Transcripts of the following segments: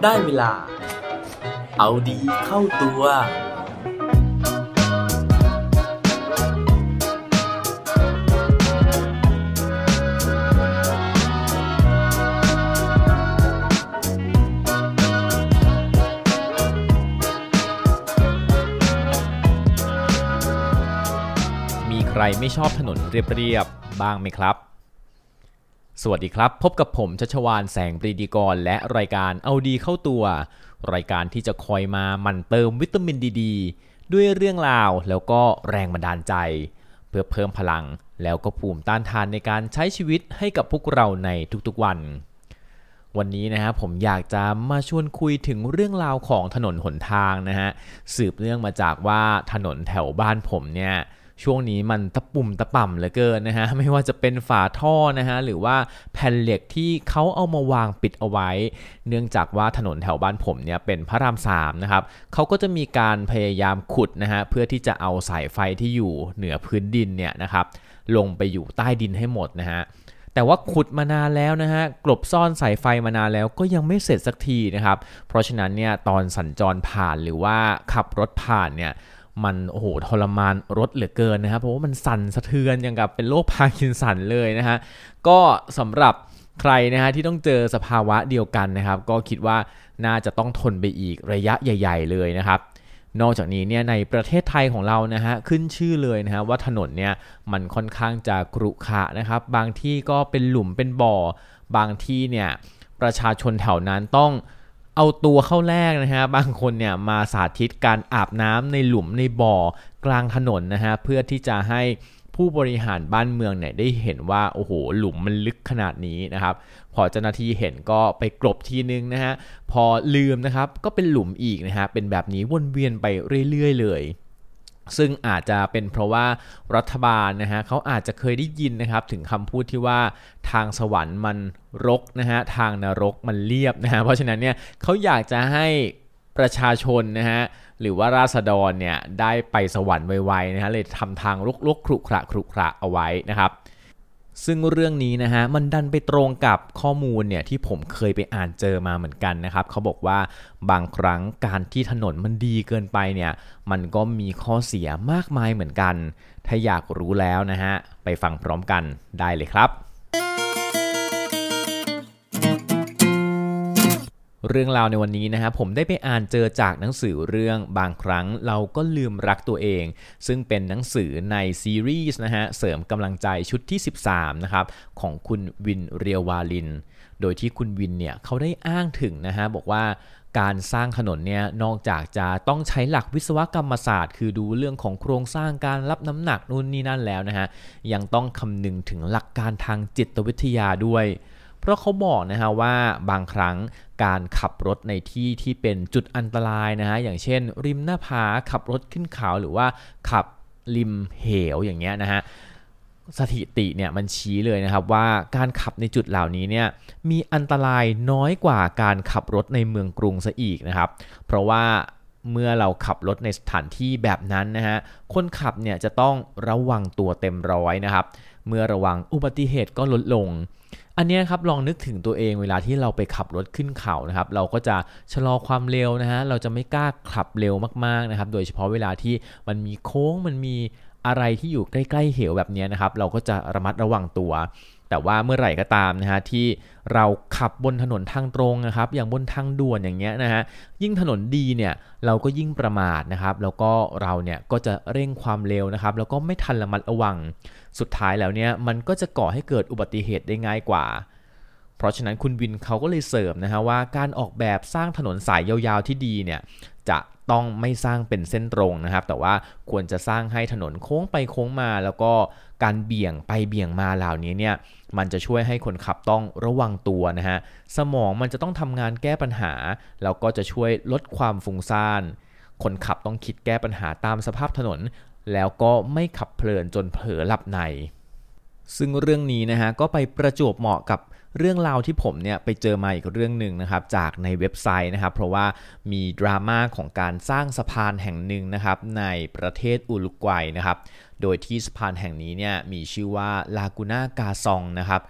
ได้เวลาเอาดีเข้าตัวมีใครไม่ชอบถนนเรียบๆบ้างไหมครับสวัสดีครับพบกับผมชัชวาลแสงปรีดีกรและรายการเอาดีเข้าตัวรายการที่จะคอยมาหมั่นเติมวิตามินดีด้วยเรื่องราวแล้วก็แรงบันดาลใจเพื่อเพิ่มพลังแล้วก็ภูมิต้านทานในการใช้ชีวิตให้กับพวกเราในทุกๆวันนี้นะฮะผมอยากจะมาชวนคุยถึงเรื่องราวของถนนหนทางนะฮะสืบเนื่องมาจากว่าถนนแถวบ้านผมเนี่ยช่วงนี้มันตะปุ่มตะป่ำเหลือเกินนะฮะไม่ว่าจะเป็นฝาท่อนะฮะหรือว่าแผ่นเหล็กที่เขาเอามาวางปิดเอาไว้เนื่องจากว่าถนนแถวบ้านผมเนี่ยเป็นพระราม3นะครับเขาก็จะมีการพยายามขุดนะฮะเพื่อที่จะเอาสายไฟที่อยู่เหนือพื้นดินเนี่ยนะครับลงไปอยู่ใต้ดินให้หมดนะฮะแต่ว่าขุดมานานแล้วนะฮะกลบซ่อนสายไฟมานานแล้วก็ยังไม่เสร็จสักทีนะครับเพราะฉะนั้นเนี่ยตอนสัญจรผ่านหรือว่าขับรถผ่านเนี่ยมันโอ้โหทรมานรถเหลือเกินนะครับเพราะว่ามันสั่นสะเทือนอย่างกับเป็นโรคพาร์กินสันเลยนะฮะก็สำหรับใครนะฮะที่ต้องเจอสภาวะเดียวกันนะครับก็คิดว่าน่าจะต้องทนไปอีกระยะใหญ่ๆเลยนะครับนอกจากนี้เนี่ยในประเทศไทยของเรานะฮะขึ้นชื่อเลยนะฮะว่าถนนเนี่ยมันค่อนข้างจะกรุขระนะครับบางที่ก็เป็นหลุมเป็นบ่อบางที่เนี่ยประชาชนแถวนั้นต้องเอาตัวเข้าแลกนะฮะบางคนเนี่ยมาสาธิตการอาบน้ำในหลุมในบ่อกลางถนนนะฮะเพื่อที่จะให้ผู้บริหารบ้านเมืองเนี่ยได้เห็นว่าโอ้โหหลุมมันลึกขนาดนี้นะครับพอเจ้าหน้าที่เห็นก็ไปกลบทีนึงนะฮะพอลืมนะครับก็เป็นหลุมอีกนะฮะเป็นแบบนี้วนเวียนไปเรื่อยๆเลยซึ่งอาจจะเป็นเพราะว่ารัฐบาลนะฮะเขาอาจจะเคยได้ยินนะครับถึงคำพูดที่ว่าทางสวรรค์มันรกนะฮะทางนรกมันเรียบนะฮะเพราะฉะนั้นเนี่ยเขาอยากจะให้ประชาชนนะฮะหรือว่าราษฎรเนี่ยได้ไปสวรรค์ไวๆนะฮะเลยทำทางรกๆขรุขระเอาไว้นะครับซึ่งเรื่องนี้นะฮะมันดันไปตรงกับข้อมูลเนี่ยที่ผมเคยไปอ่านเจอมาเหมือนกันนะครับเขาบอกว่าบางครั้งการที่ถนนมันดีเกินไปเนี่ยมันก็มีข้อเสียมากมายเหมือนกันถ้าอยากรู้แล้วนะฮะไปฟังพร้อมกันได้เลยครับเรื่องราวในวันนี้นะครับผมได้ไปอ่านเจอจากหนังสือเรื่องบางครั้งเราก็ลืมรักตัวเองซึ่งเป็นหนังสือในซีรีส์นะฮะเสริมกำลังใจชุดที่13นะครับของคุณวินเรียววาลินโดยที่คุณวินเนี่ยเขาได้อ้างถึงนะฮะบอกว่าการสร้างถนนเนี่ยนอกจากจะต้องใช้หลักวิศวกรรมศาสตร์คือดูเรื่องของโครงสร้างการรับน้ำหนักนู่นนี่นั่นแล้วนะฮะยังต้องคำนึงถึงหลักการทางจิตวิทยาด้วยเพราะเขาบอกนะฮะว่าบางครั้งการขับรถในที่ที่เป็นจุดอันตรายนะฮะอย่างเช่นริมหน้าผาขับรถขึ้นเขาหรือว่าขับริมเหวอย่างเงี้ยนะฮะสถิติเนี่ยมันชี้เลยนะครับว่าการขับในจุดเหล่านี้เนี่ยมีอันตรายน้อยกว่าการขับรถในเมืองกรุงซะอีกนะครับเพราะว่าเมื่อเราขับรถในสถานที่แบบนั้นนะฮะคนขับเนี่ยจะต้องระวังตัวเต็มร้อยนะครับเมื่อระวังอุบัติเหตุก็ลดลงอันนี้ครับลองนึกถึงตัวเองเวลาที่เราไปขับรถขึ้นเขานะครับเราก็จะชะลอความเร็วนะฮะเราจะไม่กล้าขับเร็วมากๆนะครับโดยเฉพาะเวลาที่มันมีโค้งมันมีอะไรที่อยู่ใกล้ๆเหวแบบนี้นะครับเราก็จะระมัดระวังตัวแต่ว่าเมื่อไหร่ก็ตามนะฮะที่เราขับบนถนนทางตรงนะครับอย่างบนทางด่วนอย่างเงี้ยนะฮะยิ่งถนนดีเนี่ยเราก็ยิ่งประมาทนะครับแล้วก็เราเนี่ยก็จะเร่งความเร็วนะครับแล้วก็ไม่ทันระมัดระวังสุดท้ายแล้วเนี่ยมันก็จะก่อให้เกิดอุบัติเหตุได้ง่ายกว่าเพราะฉะนั้นคุณวินเขาก็เลยเสริมนะฮะว่าการออกแบบสร้างถนนสายยาวๆที่ดีเนี่ยจะต้องไม่สร้างเป็นเส้นตรงนะครับแต่ว่าควรจะสร้างให้ถนนโค้งไปโค้งมาแล้วก็การเบี่ยงไปเบี่ยงมาเหล่านี้เนี่ยมันจะช่วยให้คนขับต้องระวังตัวนะฮะสมองมันจะต้องทำงานแก้ปัญหาแล้วก็จะช่วยลดความฟุ้งซ่านคนขับต้องคิดแก้ปัญหาตามสภาพถนนแล้วก็ไม่ขับเพลินจนเผลอหลับในซึ่งเรื่องนี้นะฮะก็ไปประจวบเหมาะกับเรื่องราวที่ผมเนี่ยไปเจอมาอีกเรื่องหนึ่งนะครับจากในเว็บไซต์นะครับเพราะว่ามีดราม่าของการสร้างสะพานแห่งหนึ่งนะครับในประเทศอุรุกวัยนะครับโดยที่สะพานแห่งนี้เนี่ยมีชื่อว่าลากูน่ากาซองนะครับ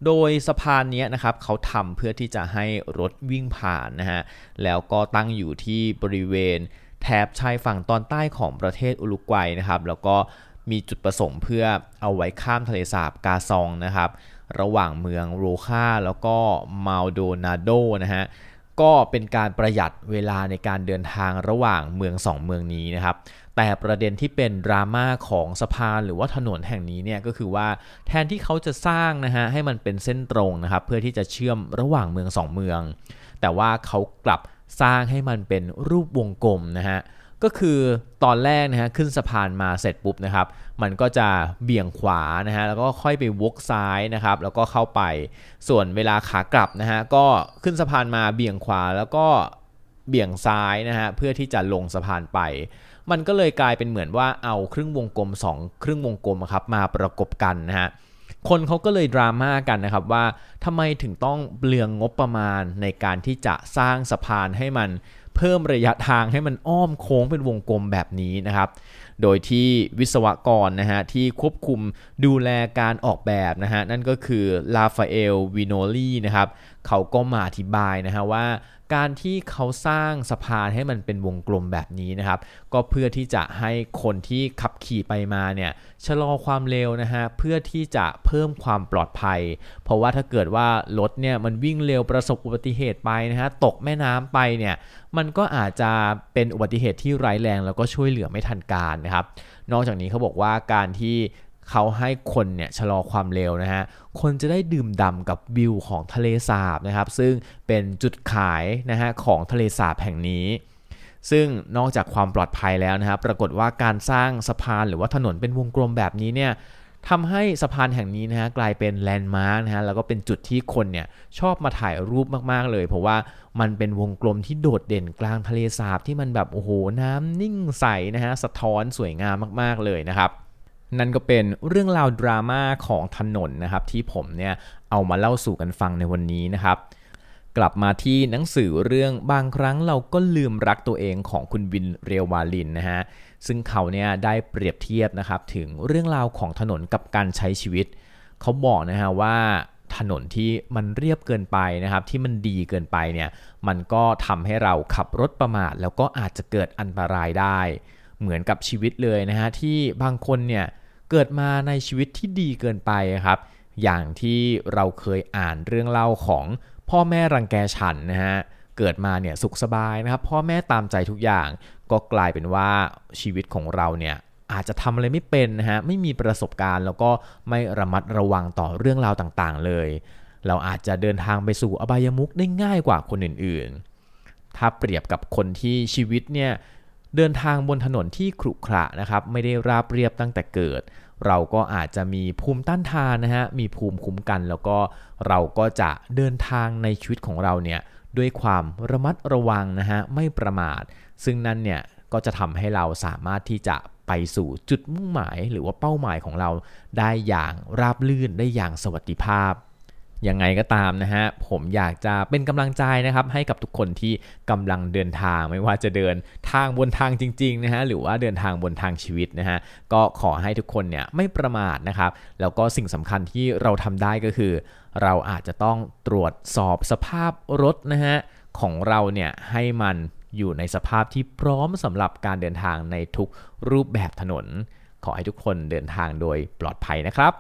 โดยสะพานนี้นะครับเขาทำเพื่อที่จะให้รถวิ่งผ่านนะฮะแล้วก็ตั้งอยู่ที่บริเวณแถบชายฝั่งตอนใต้ของประเทศอุรุกวัยนะครับแล้วก็มีจุดประสงค์เพื่อเอาไว้ข้ามทะเลสาบกาซองนะครับระหว่างเมืองโรคาแล้วก็มาลโดนาโดนะฮะก็เป็นการประหยัดเวลาในการเดินทางระหว่างเมือง2เมืองนี้นะครับแต่ประเด็นที่เป็นดราม่าของสะพานหรือว่าถนนแห่งนี้เนี่ยก็คือว่าแทนที่เขาจะสร้างนะฮะให้มันเป็นเส้นตรงนะครับเพื่อที่จะเชื่อมระหว่างเมือง2เมืองแต่ว่าเขากลับสร้างให้มันเป็นรูปวงกลมนะฮะก็คือตอนแรกนะฮะขึ้นสะพานมาเสร็จปุ๊บนะครับมันก็จะเบี่ยงขวานะฮะแล้วก็ค่อยไปวกซ้ายนะครับแล้วก็เข้าไปส่วนเวลาขากลับนะฮะก็ขึ้นสะพานมาเบี่ยงขวาแล้วก็เบี่ยงซ้ายนะฮะเพื่อที่จะลงสะพานไปมันก็เลยกลายเป็นเหมือนว่าเอาครึ่งวงกลม2ครึ่งวงกลมครับมาประกบกันนะฮะคนเขาก็เลยดราม่ากันนะครับว่าทำไมถึงต้องเปลืองงบประมาณในการที่จะสร้างสะพานให้มันเพิ่มระยะทางให้มันอ้อมโค้งเป็นวงกลมแบบนี้นะครับโดยที่วิศวกรนะฮะที่ควบคุมดูแลการออกแบบนะฮะนั่นก็คือลาฟาเอลวิโนลีนะครับเขาก็มาอธิบายนะฮะว่าการที่เขาสร้างสะพานให้มันเป็นวงกลมแบบนี้นะครับก็เพื่อที่จะให้คนที่ขับขี่ไปมาเนี่ยชะลอความเร็วนะฮะเพื่อที่จะเพิ่มความปลอดภัยเพราะว่าถ้าเกิดว่ารถเนี่ยมันวิ่งเร็วประสบอุบัติเหตุไปนะฮะตกแม่น้ำไปเนี่ยมันก็อาจจะเป็นอุบัติเหตุที่ร้ายแรงแล้วก็ช่วยเหลือไม่ทันการนะครับนอกจากนี้เขาบอกว่าการที่เขาให้คนเนี่ยชะลอความเร็วนะฮะคนจะได้ดื่มด่ำกับวิวของทะเลสาบนะครับซึ่งเป็นจุดขายนะฮะของทะเลสาบแห่งนี้ซึ่งนอกจากความปลอดภัยแล้วนะครับปรากฏว่าการสร้างสะพานหรือว่าถนนเป็นวงกลมแบบนี้เนี่ยทำให้สะพานแห่งนี้นะฮะกลายเป็นแลนด์มาร์คนะฮะแล้วก็เป็นจุดที่คนเนี่ยชอบมาถ่ายรูปมากๆเลยเพราะว่ามันเป็นวงกลมที่โดดเด่นกลางทะเลสาบที่มันแบบโอ้โหน้ำนิ่งใสนะฮะสะท้อนสวยงามมากๆเลยนะครับนั่นก็เป็นเรื่องราวดราม่าของถนนนะครับที่ผมเนี่ยเอามาเล่าสู่กันฟังในวันนี้นะครับกลับมาที่หนังสือเรื่องบางครั้งเราก็ลืมรักตัวเองของคุณวินเรียววาลินนะฮะซึ่งเขาเนี่ยได้เปรียบเทียบนะครับถึงเรื่องราวของถนนกับการใช้ชีวิตเขาบอกนะฮะว่าถนนที่มันเรียบเกินไปนะครับที่มันดีเกินไปเนี่ยมันก็ทำให้เราขับรถประมาทแล้วก็อาจจะเกิดอันตรายได้เหมือนกับชีวิตเลยนะฮะที่บางคนเนี่ยเกิดมาในชีวิตที่ดีเกินไปครับอย่างที่เราเคยอ่านเรื่องเล่าของพ่อแม่รังแกฉันนะฮะเกิดมาเนี่ยสุขสบายนะครับพ่อแม่ตามใจทุกอย่างก็กลายเป็นว่าชีวิตของเราเนี่ยอาจจะทำอะไรไม่เป็นนะฮะไม่มีประสบการณ์แล้วก็ไม่ระมัดระวังต่อเรื่องราวต่างๆเลยเราอาจจะเดินทางไปสู่อบายมุขได้ง่ายกว่าคนอื่นๆถ้าเปรียบกับคนที่ชีวิตเนี่ยเดินทางบนถนนที่ขรุขระนะครับไม่ได้ราบเรียบตั้งแต่เกิดเราก็อาจจะมีภูมิต้านทานนะฮะมีภูมิคุ้มกันแล้วก็เราก็จะเดินทางในชีวิตของเราเนี่ยด้วยความระมัดระวังนะฮะไม่ประมาทซึ่งนั่นเนี่ยก็จะทำให้เราสามารถที่จะไปสู่จุดมุ่งหมายหรือว่าเป้าหมายของเราได้อย่างราบรื่นได้อย่างสวัสดิภาพยังไงก็ตามนะฮะผมอยากจะเป็นกำลังใจนะครับให้กับทุกคนที่กำลังเดินทางไม่ว่าจะเดินทางบนทางจริงๆนะฮะหรือว่าเดินทางบนทางชีวิตนะฮะก็ขอให้ทุกคนเนี่ยไม่ประมาทนะครับแล้วก็สิ่งสำคัญที่เราทำได้ก็คือเราอาจจะต้องตรวจสอบสภาพรถนะฮะของเราเนี่ยให้มันอยู่ในสภาพที่พร้อมสำหรับการเดินทางในทุกรูปแบบถนนขอให้ทุกคนเดินทางโดยปลอดภัยนะครับ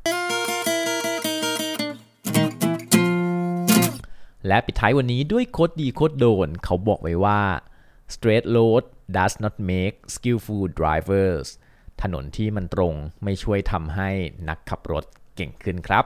และปิดท้ายวันนี้ด้วยโค้ดดีโค้ดโดนเขาบอกไว้ว่า straight road does not make skillful drivers ถนนที่มันตรงไม่ช่วยทำให้นักขับรถเก่งขึ้นครับ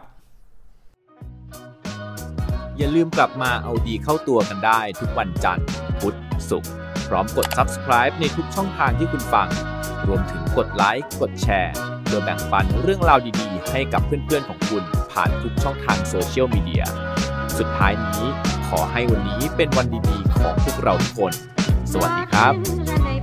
อย่าลืมกลับมาเอาดีเข้าตัวกันได้ทุกวันจันทร์พุธศุกร์พร้อมกด subscribe ในทุกช่องทางที่คุณฟังรวมถึงกดไลค์กดแชร์เพื่อแบ่งปันเรื่องราวดีๆให้กับเพื่อนๆของคุณผ่านทุกช่องทางโซเชียลมีเดียสุดท้ายนี้ขอให้วันนี้เป็นวันดีๆของพวกเราทุกคนสวัสดีครับ